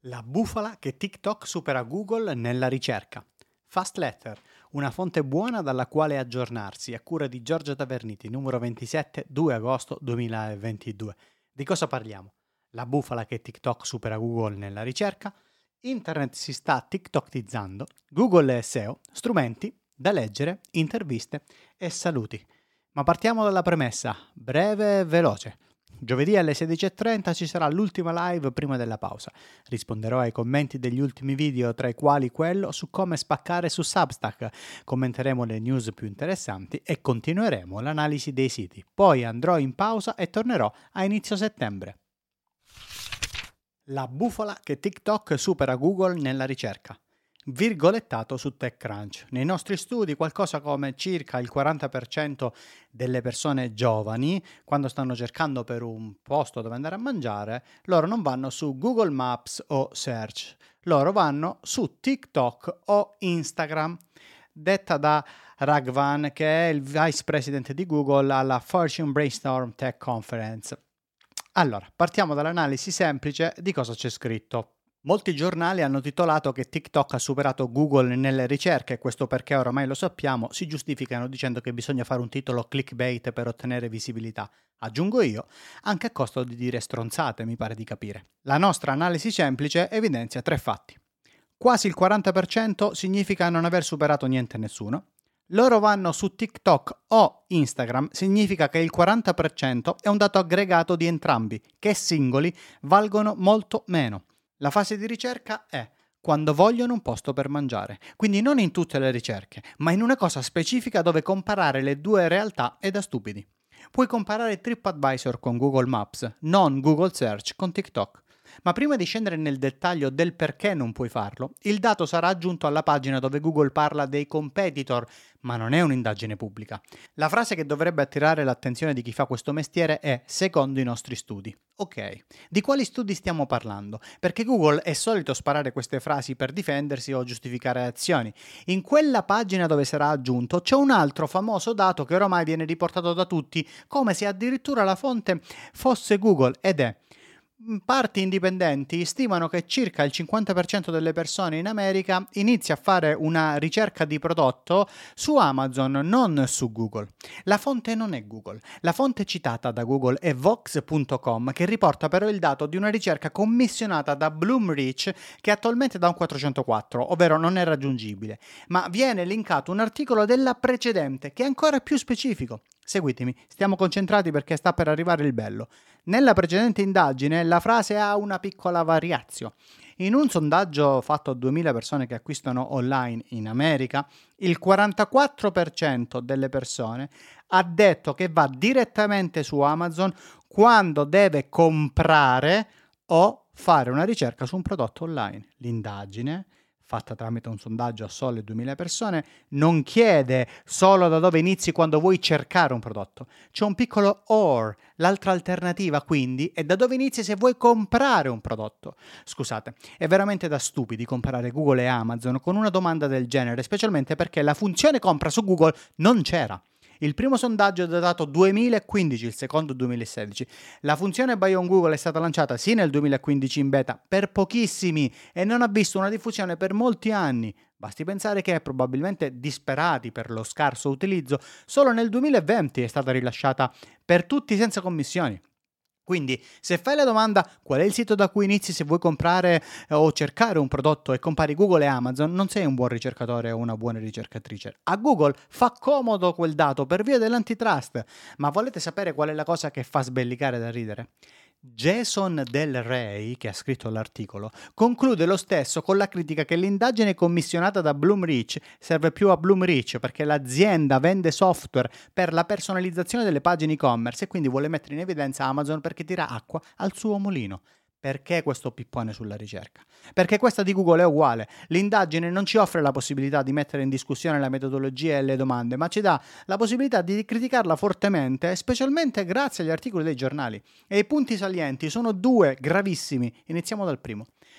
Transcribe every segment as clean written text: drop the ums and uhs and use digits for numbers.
La bufala che TikTok supera Google nella ricerca. Fast Letter, una fonte buona dalla quale aggiornarsi, a cura di Giorgio Taverniti, numero 27, 2 agosto 2022. Di cosa parliamo? La bufala che TikTok supera Google nella ricerca, Internet si sta TikTokizzando, Google e SEO, strumenti da leggere, interviste e saluti. Ma partiamo dalla premessa, breve e veloce. Giovedì alle 16:30 ci sarà l'ultima live prima della pausa. Risponderò ai commenti degli ultimi video, tra i quali quello su come spaccare su Substack. Commenteremo le news più interessanti e continueremo l'analisi dei siti. Poi andrò in pausa e tornerò a inizio settembre. La bufala che TikTok supera Google nella ricerca. Virgolettato su TechCrunch. Nei nostri studi qualcosa come circa il 40% delle persone giovani, quando stanno cercando per un posto dove andare a mangiare, loro non vanno su Google Maps o Search, loro vanno su TikTok o Instagram. Detta da Raghavan, che è il vice president di Google alla Fortune Brainstorm Tech Conference. Allora, partiamo dall'analisi semplice di cosa c'è scritto. Molti giornali hanno titolato che TikTok ha superato Google nelle ricerche, questo perché oramai lo sappiamo, si giustificano dicendo che bisogna fare un titolo clickbait per ottenere visibilità. Aggiungo io, anche a costo di dire stronzate, mi pare di capire. La nostra analisi semplice evidenzia 3 fatti. Quasi il 40% significa non aver superato niente e nessuno. Loro vanno su TikTok o Instagram, significa che il 40% è un dato aggregato di entrambi, che singoli valgono molto meno. La fase di ricerca è quando vogliono un posto per mangiare, quindi non in tutte le ricerche, ma in una cosa specifica dove comparare le due realtà è da stupidi. Puoi comparare TripAdvisor con Google Maps, non Google Search con TikTok. Ma prima di scendere nel dettaglio del perché non puoi farlo, il dato sarà aggiunto alla pagina dove Google parla dei competitor, ma non è un'indagine pubblica. La frase che dovrebbe attirare l'attenzione di chi fa questo mestiere è "secondo i nostri studi". Ok, di quali studi stiamo parlando? Perché Google è solito sparare queste frasi per difendersi o giustificare azioni. In quella pagina dove sarà aggiunto c'è un altro famoso dato che ormai viene riportato da tutti, come se addirittura la fonte fosse Google, ed è: parti indipendenti stimano che circa il 50% delle persone in America inizia a fare una ricerca di prodotto su Amazon, non su Google. La fonte non è Google. La fonte citata da Google è Vox.com, che riporta però il dato di una ricerca commissionata da Bloomreach, che attualmente dà un 404, ovvero non è raggiungibile, ma viene linkato un articolo della precedente che è ancora più specifico. Seguitemi, stiamo concentrati perché sta per arrivare il bello. Nella precedente indagine la frase ha una piccola variazio. In un sondaggio fatto a 2000 persone che acquistano online in America, il 44% delle persone ha detto che va direttamente su Amazon quando deve comprare o fare una ricerca su un prodotto online. L'indagine, fatta tramite un sondaggio a sole 2000 persone, non chiede solo da dove inizi quando vuoi cercare un prodotto. C'è un piccolo or. L'altra alternativa, quindi, è da dove inizi se vuoi comprare un prodotto. Scusate, è veramente da stupidi comparare Google e Amazon con una domanda del genere, specialmente perché la funzione compra su Google non c'era. Il primo sondaggio è datato 2015, il secondo 2016. La funzione Buy on Google è stata lanciata sì nel 2015 in beta per pochissimi e non ha visto una diffusione per molti anni. Basti pensare che, probabilmente disperati per lo scarso utilizzo, solo nel 2020 è stata rilasciata per tutti senza commissioni. Quindi, se fai la domanda qual è il sito da cui inizi se vuoi comprare o cercare un prodotto e compari Google e Amazon, non sei un buon ricercatore o una buona ricercatrice. A Google fa comodo quel dato per via dell'antitrust, ma volete sapere qual è la cosa che fa sbellicare da ridere? Jason Del Rey, che ha scritto l'articolo, conclude lo stesso con la critica che l'indagine commissionata da Bloomreach serve più a Bloomreach perché l'azienda vende software per la personalizzazione delle pagine e-commerce e quindi vuole mettere in evidenza Amazon perché tira acqua al suo mulino. Perché questo pippone sulla ricerca? Perché questa di Google è uguale. L'indagine non ci offre la possibilità di mettere in discussione la metodologia e le domande, ma ci dà la possibilità di criticarla fortemente, specialmente grazie agli articoli dei giornali. E i punti salienti sono 2 gravissimi. Iniziamo dal primo.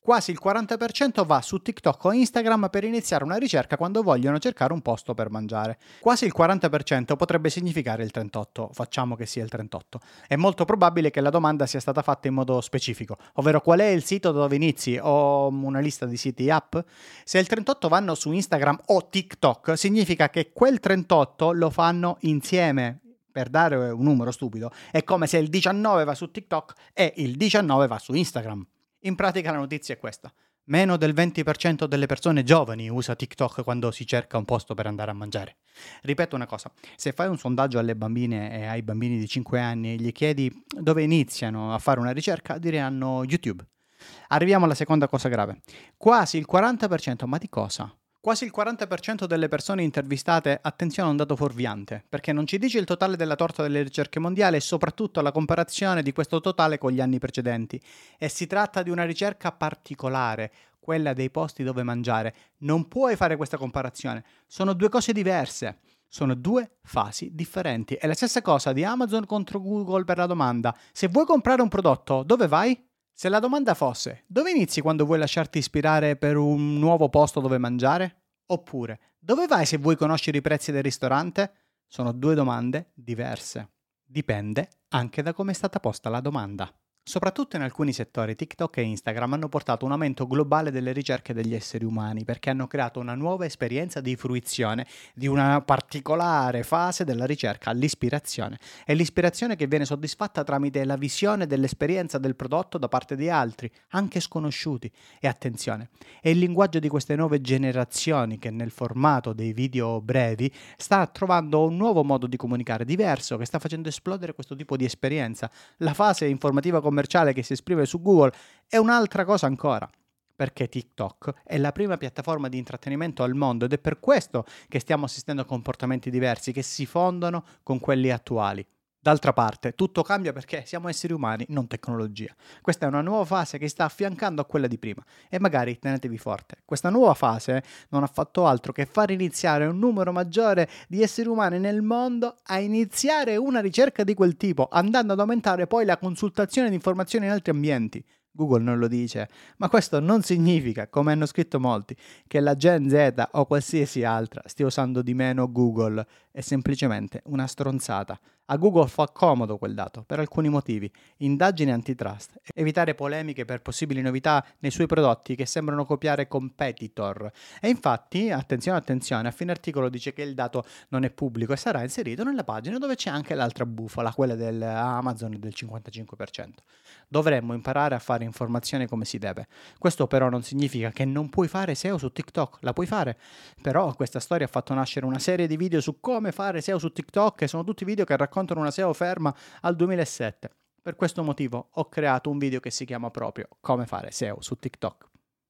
Quasi il 40% va su TikTok o Instagram per iniziare una ricerca quando vogliono cercare un posto per mangiare. Quasi il 40% potrebbe significare il 38%, facciamo che sia il 38%. È molto probabile che la domanda sia stata fatta in modo specifico, ovvero qual è il sito dove inizi o una lista di siti app? Se il 38% vanno su Instagram o TikTok, significa che quel 38% lo fanno insieme. Per dare un numero stupido, è come se il 19 va su TikTok e il 19 va su Instagram. In pratica la notizia è questa: meno del 20% delle persone giovani usa TikTok quando si cerca un posto per andare a mangiare. Ripeto una cosa: se fai un sondaggio alle bambine e ai bambini di 5 anni e gli chiedi dove iniziano a fare una ricerca, diranno YouTube. Arriviamo alla seconda cosa grave. Quasi il 40%, ma di cosa? Quasi il 40% delle persone intervistate, attenzione a un dato fuorviante, perché non ci dice il totale della torta delle ricerche mondiali e soprattutto la comparazione di questo totale con gli anni precedenti. E si tratta di una ricerca particolare, quella dei posti dove mangiare. Non puoi fare questa comparazione, sono due cose diverse. Sono due fasi differenti. È la stessa cosa di Amazon contro Google per la domanda: se vuoi comprare un prodotto, dove vai? Se la domanda fosse: dove inizi quando vuoi lasciarti ispirare per un nuovo posto dove mangiare? Oppure, dove vai se vuoi conoscere i prezzi del ristorante? Sono due domande diverse. Dipende anche da come è stata posta la domanda. Soprattutto in alcuni settori, TikTok e Instagram hanno portato un aumento globale delle ricerche degli esseri umani perché hanno creato una nuova esperienza di fruizione di una particolare fase della ricerca, l'ispirazione. È l'ispirazione che viene soddisfatta tramite la visione dell'esperienza del prodotto da parte di altri, anche sconosciuti. E attenzione, è il linguaggio di queste nuove generazioni che nel formato dei video brevi sta trovando un nuovo modo di comunicare diverso che sta facendo esplodere questo tipo di esperienza. La fase informativa commerciale che si esprime su Google è un'altra cosa ancora, perché TikTok è la prima piattaforma di intrattenimento al mondo ed è per questo che stiamo assistendo a comportamenti diversi che si fondono con quelli attuali. D'altra parte, tutto cambia perché siamo esseri umani, non tecnologia. Questa è una nuova fase che sta affiancando a quella di prima e magari tenetevi forte. Questa nuova fase non ha fatto altro che far iniziare un numero maggiore di esseri umani nel mondo a iniziare una ricerca di quel tipo, andando ad aumentare poi la consultazione di informazioni in altri ambienti. Google non lo dice, ma questo non significa, come hanno scritto molti, che la Gen Z o qualsiasi altra stia usando di meno Google. È semplicemente una stronzata. A Google fa comodo quel dato, per alcuni motivi: indagini antitrust, evitare polemiche per possibili novità nei suoi prodotti che sembrano copiare competitor. E infatti, attenzione, a fine articolo dice che il dato non è pubblico e sarà inserito nella pagina dove c'è anche l'altra bufala, quella del Amazon del 55%. Dovremmo imparare a fare informazione come si deve. Questo però non significa che non puoi fare SEO su TikTok, la puoi fare. Però questa storia ha fatto nascere una serie di video su come fare SEO su TikTok e sono tutti video che raccontano una SEO ferma al 2007. Per questo motivo ho creato un video che si chiama proprio Come fare SEO su TikTok.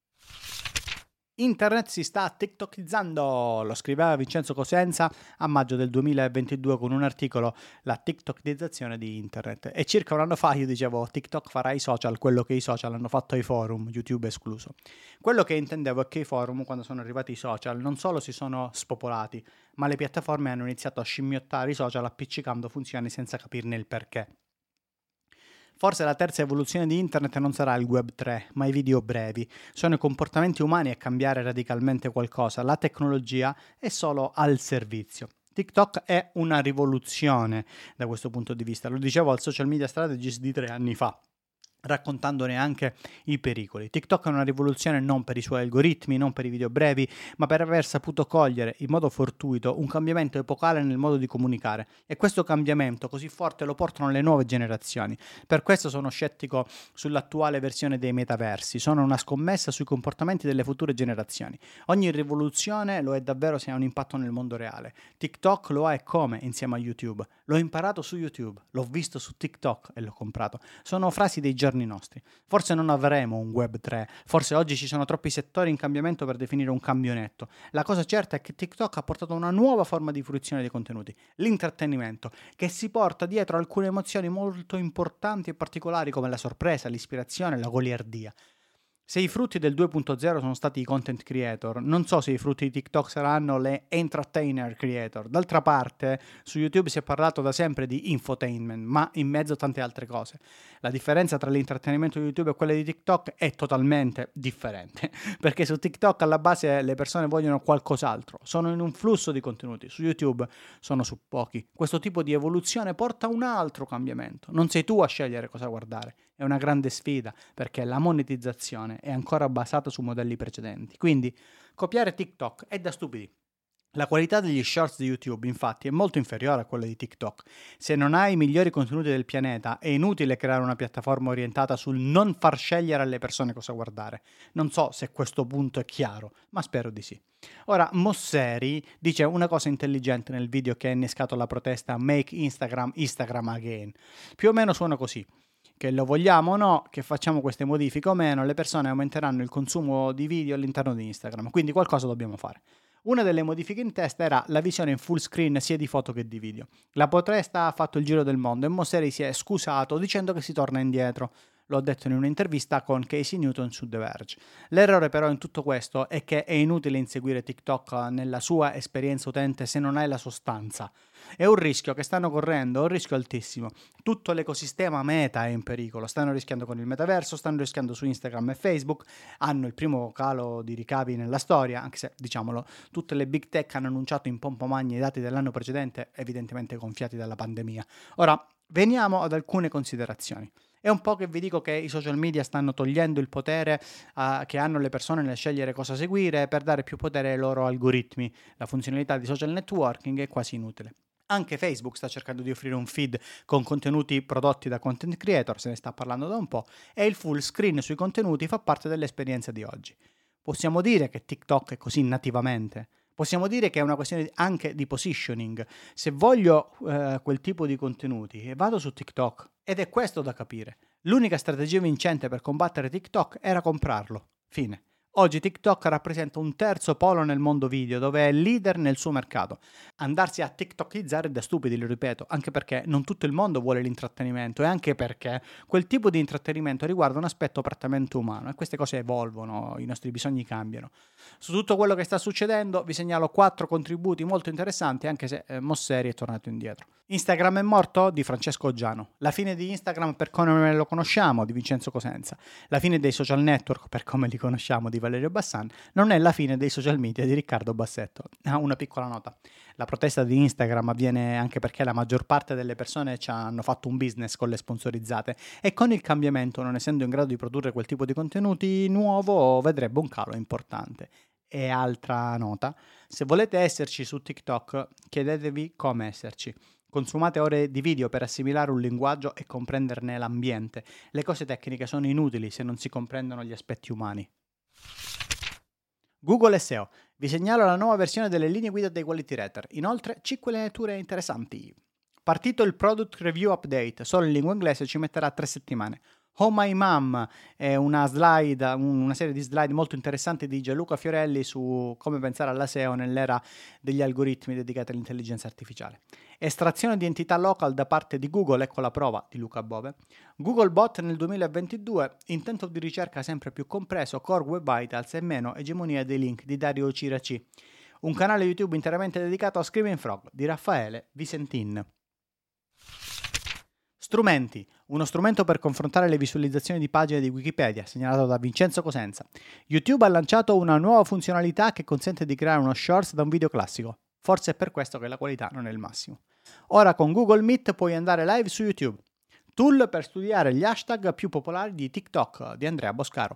Internet si sta tiktokizzando, lo scriveva Vincenzo Cosenza a maggio del 2022 con un articolo, La tiktokizzazione di internet. E circa un anno fa io dicevo TikTok farà i social quello che i social hanno fatto ai forum, YouTube escluso. Quello che intendevo è che i forum, quando sono arrivati i social, non solo si sono spopolati, ma le piattaforme hanno iniziato a scimmiottare i social appiccicando funzioni senza capirne il perché. Forse la terza evoluzione di internet non sarà il web 3, ma i video brevi. Sono i comportamenti umani a cambiare radicalmente qualcosa. La tecnologia è solo al servizio. TikTok è una rivoluzione da questo punto di vista. Lo dicevo al Social Media Strategist di 3 anni fa, raccontandone anche i pericoli. TikTok è una rivoluzione non per i suoi algoritmi, non per i video brevi, ma per aver saputo cogliere in modo fortuito un cambiamento epocale nel modo di comunicare. E questo cambiamento così forte lo portano le nuove generazioni. Per questo sono scettico sull'attuale versione dei metaversi. Sono una scommessa sui comportamenti delle future generazioni. Ogni rivoluzione lo è davvero se ha un impatto nel mondo reale. TikTok lo ha e come insieme a YouTube. L'ho imparato su YouTube, l'ho visto su TikTok e l'ho comprato. Sono frasi dei giorni nostri. Forse non avremo un web 3, forse oggi ci sono troppi settori in cambiamento per definire un cambio netto. La cosa certa è che TikTok ha portato una nuova forma di fruizione dei contenuti, l'intrattenimento, che si porta dietro alcune emozioni molto importanti e particolari come la sorpresa, l'ispirazione, la goliardia. Se i frutti del 2.0 sono stati i content creator, non so se i frutti di TikTok saranno le entertainer creator. D'altra parte, su YouTube si è parlato da sempre di infotainment, ma in mezzo a tante altre cose. La differenza tra l'intrattenimento di YouTube e quello di TikTok è totalmente differente, perché su TikTok alla base le persone vogliono qualcos'altro, sono in un flusso di contenuti, su YouTube sono su pochi. Questo tipo di evoluzione porta a un altro cambiamento. Non sei tu a scegliere cosa guardare, è una grande sfida, perché la monetizzazione è ancora basata su modelli precedenti. Quindi copiare TikTok è da stupidi. La qualità degli shorts di YouTube, infatti, è molto inferiore a quella di TikTok. Se non hai i migliori contenuti del pianeta, è inutile creare una piattaforma orientata sul non far scegliere alle persone cosa guardare. Non so se questo punto è chiaro, ma spero di sì. Ora, Mosseri dice una cosa intelligente nel video che ha innescato la protesta Make Instagram Again. Più o meno suona così: che lo vogliamo o no, che facciamo queste modifiche o meno, le persone aumenteranno il consumo di video all'interno di Instagram, quindi qualcosa dobbiamo fare. Una delle modifiche in testa era la visione in full screen sia di foto che di video. La protesta ha fatto il giro del mondo e Mosseri si è scusato dicendo che si torna indietro. Lo ha detto in un'intervista con Casey Newton su The Verge. L'errore però in tutto questo è che è inutile inseguire TikTok nella sua esperienza utente se non hai la sostanza. È un rischio che stanno correndo, è un rischio altissimo. Tutto l'ecosistema Meta è in pericolo, stanno rischiando con il metaverso, stanno rischiando su Instagram e Facebook, hanno il primo calo di ricavi nella storia, anche se, diciamolo, tutte le big tech hanno annunciato in pompa magna i dati dell'anno precedente, evidentemente gonfiati dalla pandemia. Ora, veniamo ad alcune considerazioni. È un po' che vi dico che i social media stanno togliendo il potere che hanno le persone nel scegliere cosa seguire per dare più potere ai loro algoritmi. La funzionalità di social networking è quasi inutile. Anche Facebook sta cercando di offrire un feed con contenuti prodotti da content creator, se ne sta parlando da un po', e il full screen sui contenuti fa parte dell'esperienza di oggi. Possiamo dire che TikTok è così nativamente? Possiamo dire che è una questione anche di positioning. Se voglio quel tipo di contenuti, vado su TikTok. Ed è questo da capire. L'unica strategia vincente per combattere TikTok era comprarlo. Fine. Oggi TikTok rappresenta un terzo polo nel mondo video, dove è leader nel suo mercato. Andarsi a TikTokizzare è da stupidi, lo ripeto, anche perché non tutto il mondo vuole l'intrattenimento e anche perché quel tipo di intrattenimento riguarda un aspetto prettamente umano e queste cose evolvono, i nostri bisogni cambiano. Su tutto quello che sta succedendo vi segnalo 4 contributi molto interessanti, anche se Mosseri è tornato indietro. Instagram è morto? Di Francesco Giano. La fine di Instagram per come lo conosciamo? Di Vincenzo Cosenza. La fine dei social network per come li conosciamo? Di Valerio Bassan. Non è la fine dei social media di Riccardo Bassetto. Una piccola nota. La protesta di Instagram avviene anche perché la maggior parte delle persone ci hanno fatto un business con le sponsorizzate e con il cambiamento, non essendo in grado di produrre quel tipo di contenuti nuovo, vedrebbe un calo importante. E altra nota, se volete esserci su TikTok, chiedetevi come esserci. Consumate ore di video per assimilare un linguaggio e comprenderne l'ambiente. Le cose tecniche sono inutili se non si comprendono gli aspetti umani. Google SEO. Vi segnalo la nuova versione delle linee guida dei quality rater. Inoltre, 5 letture interessanti. Partito il Product Review Update, solo in lingua inglese, ci metterà 3 settimane. Oh My Mom è una serie di slide molto interessanti di Gianluca Fiorelli su come pensare alla SEO nell'era degli algoritmi dedicati all'intelligenza artificiale. Estrazione di entità local da parte di Google, ecco la prova di Luca Bove. Googlebot nel 2022, intento di ricerca sempre più compreso, Core Web Vitals e meno egemonia dei link di Dario Ciraci. Un canale YouTube interamente dedicato a Screaming Frog di Raffaele Visentin. Strumenti. Uno strumento per confrontare le visualizzazioni di pagine di Wikipedia, segnalato da Vincenzo Cosenza. YouTube ha lanciato una nuova funzionalità che consente di creare uno shorts da un video classico. Forse è per questo che la qualità non è il massimo. Ora con Google Meet puoi andare live su YouTube. Tool per studiare gli hashtag più popolari di TikTok di Andrea Boscaro.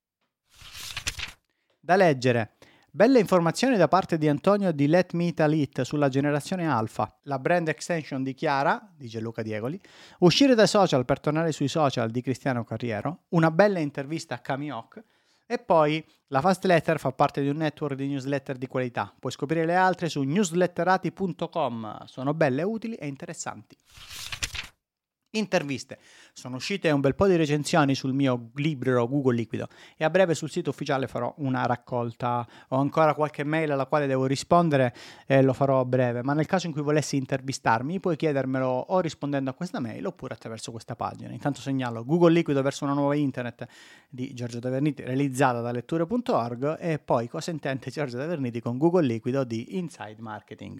Da leggere. Belle informazioni da parte di Antonio di Let Me Tell It sulla generazione Alpha, la brand extension di Chiara, dice Luca Diegoli, uscire dai social per tornare sui social di Cristiano Carriero, una bella intervista a Kamiok e poi la Fast Letter fa parte di un network di newsletter di qualità. Puoi scoprire le altre su newsletterati.com, sono belle, utili e interessanti. Interviste. Sono uscite un bel po' di recensioni sul mio libro Google Liquido e a breve sul sito ufficiale farò una raccolta. Ho ancora qualche mail alla quale devo rispondere e lo farò a breve, ma nel caso in cui volessi intervistarmi puoi chiedermelo o rispondendo a questa mail oppure attraverso questa pagina. Intanto segnalo Google Liquido verso una nuova internet di Giorgio Taverniti realizzata da letture.org e poi cosa intende Giorgio Taverniti con Google Liquido di Inside Marketing.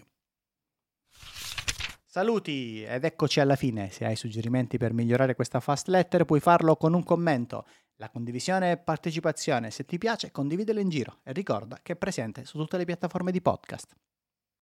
Saluti ed eccoci alla fine. Se hai suggerimenti per migliorare questa fast letter puoi farlo con un commento. La condivisione e partecipazione, se ti piace, condividilo in giro e ricorda che è presente su tutte le piattaforme di podcast.